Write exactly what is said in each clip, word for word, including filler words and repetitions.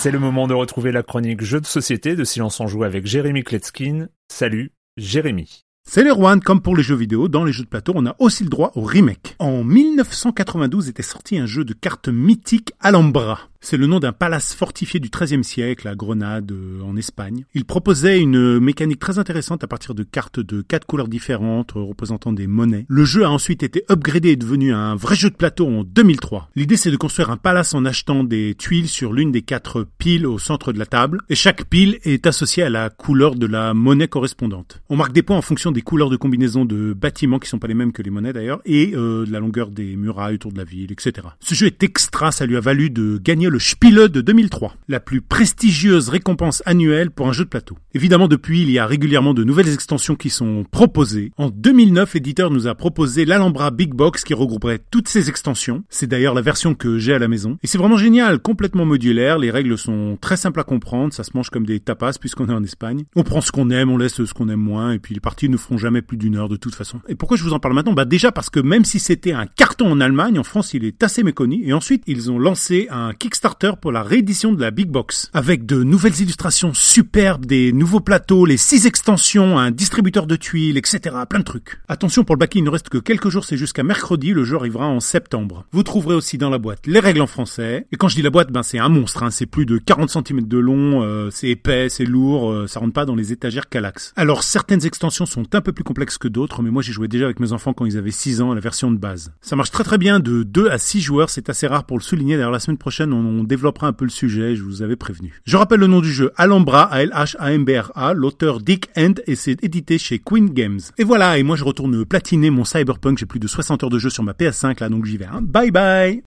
C'est le moment de retrouver la chronique Jeux de société de Silence on Joue avec Jérémy Kletzkin. Salut, Jérémy. C'est les Rouen, comme pour les jeux vidéo, dans les jeux de plateau, on a aussi le droit au remake. En dix-neuf cent quatre-vingt-douze était sorti un jeu de cartes mythique Alhambra. C'est le nom d'un palace fortifié du treizième siècle à Grenade, euh, en Espagne. Il proposait une mécanique très intéressante à partir de cartes de quatre couleurs différentes euh, représentant des monnaies. Le jeu a ensuite été upgradé et devenu un vrai jeu de plateau en deux mille trois. L'idée c'est de construire un palace en achetant des tuiles sur l'une des quatre piles au centre de la table. Et chaque pile est associée à la couleur de la monnaie correspondante. On marque des points en fonction des couleurs de combinaison de bâtiments qui sont pas les mêmes que les monnaies d'ailleurs et euh, de la longueur des murailles autour de la ville, et cetera. Ce jeu est extra, ça lui a valu de gagner le Spiele de deux mille trois, la plus prestigieuse récompense annuelle pour un jeu de plateau. Évidemment, depuis, il y a régulièrement de nouvelles extensions qui sont proposées. En deux mille neuf, l'éditeur nous a proposé l'Alhambra Big Box qui regrouperait toutes ces extensions. C'est d'ailleurs la version que j'ai à la maison. Et c'est vraiment génial, complètement modulaire, les règles sont très simples à comprendre, ça se mange comme des tapas puisqu'on est en Espagne. On prend ce qu'on aime, on laisse ce qu'on aime moins, et puis les parties ne feront jamais plus d'une heure de toute façon. Et pourquoi je vous en parle maintenant ? Bah déjà parce que même si c'était un carton en Allemagne, en France il est assez méconnu, et ensuite ils ont lancé un Kickstarter pour la réédition de la Big Box, avec de nouvelles illustrations superbes, des nouveaux plateaux, les six extensions, un distributeur de tuiles, et cetera. Plein de trucs. Attention, pour le backer, il ne reste que quelques jours, c'est jusqu'à mercredi, le jeu arrivera en septembre. Vous trouverez aussi dans la boîte les règles en français, et quand je dis la boîte, ben c'est un monstre, hein. C'est plus de quarante centimètres de long, euh, c'est épais, c'est lourd, euh, ça rentre pas dans les étagères Kallax. Alors certaines extensions sont un peu plus complexes que d'autres, mais moi j'ai joué déjà avec mes enfants quand ils avaient six ans à la version de base. Ça marche très très bien de deux à six joueurs, c'est assez rare pour le souligner, d'ailleurs la semaine prochaine on, on développera un peu le sujet, je vous avais prévenu. Je rappelle le nom du jeu, Alhambra, A L H A M B R A, l'auteur Dick End, et c'est édité chez Queen Games. Et voilà, et moi je retourne platiner mon Cyberpunk, j'ai plus de soixante heures de jeu sur ma P S cinq là, donc j'y vais. Hein. Bye bye!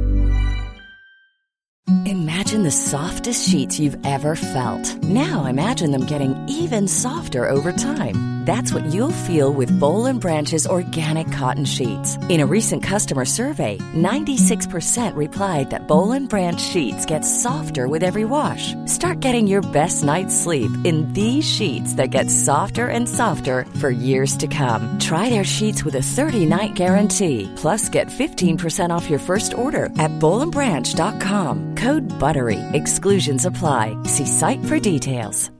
Imagine the softest sheets you've ever felt. Now imagine them getting even softer over time. That's what you'll feel with Boll and Branch's organic cotton sheets. In a recent customer survey, ninety-six percent replied that Boll and Branch sheets get softer with every wash. Start getting your best night's sleep in these sheets that get softer and softer for years to come. Try their sheets with a thirty-night guarantee. Plus, get fifteen percent off your first order at boll and branch dot com. Code BUTTERY. Exclusions apply. See site for details.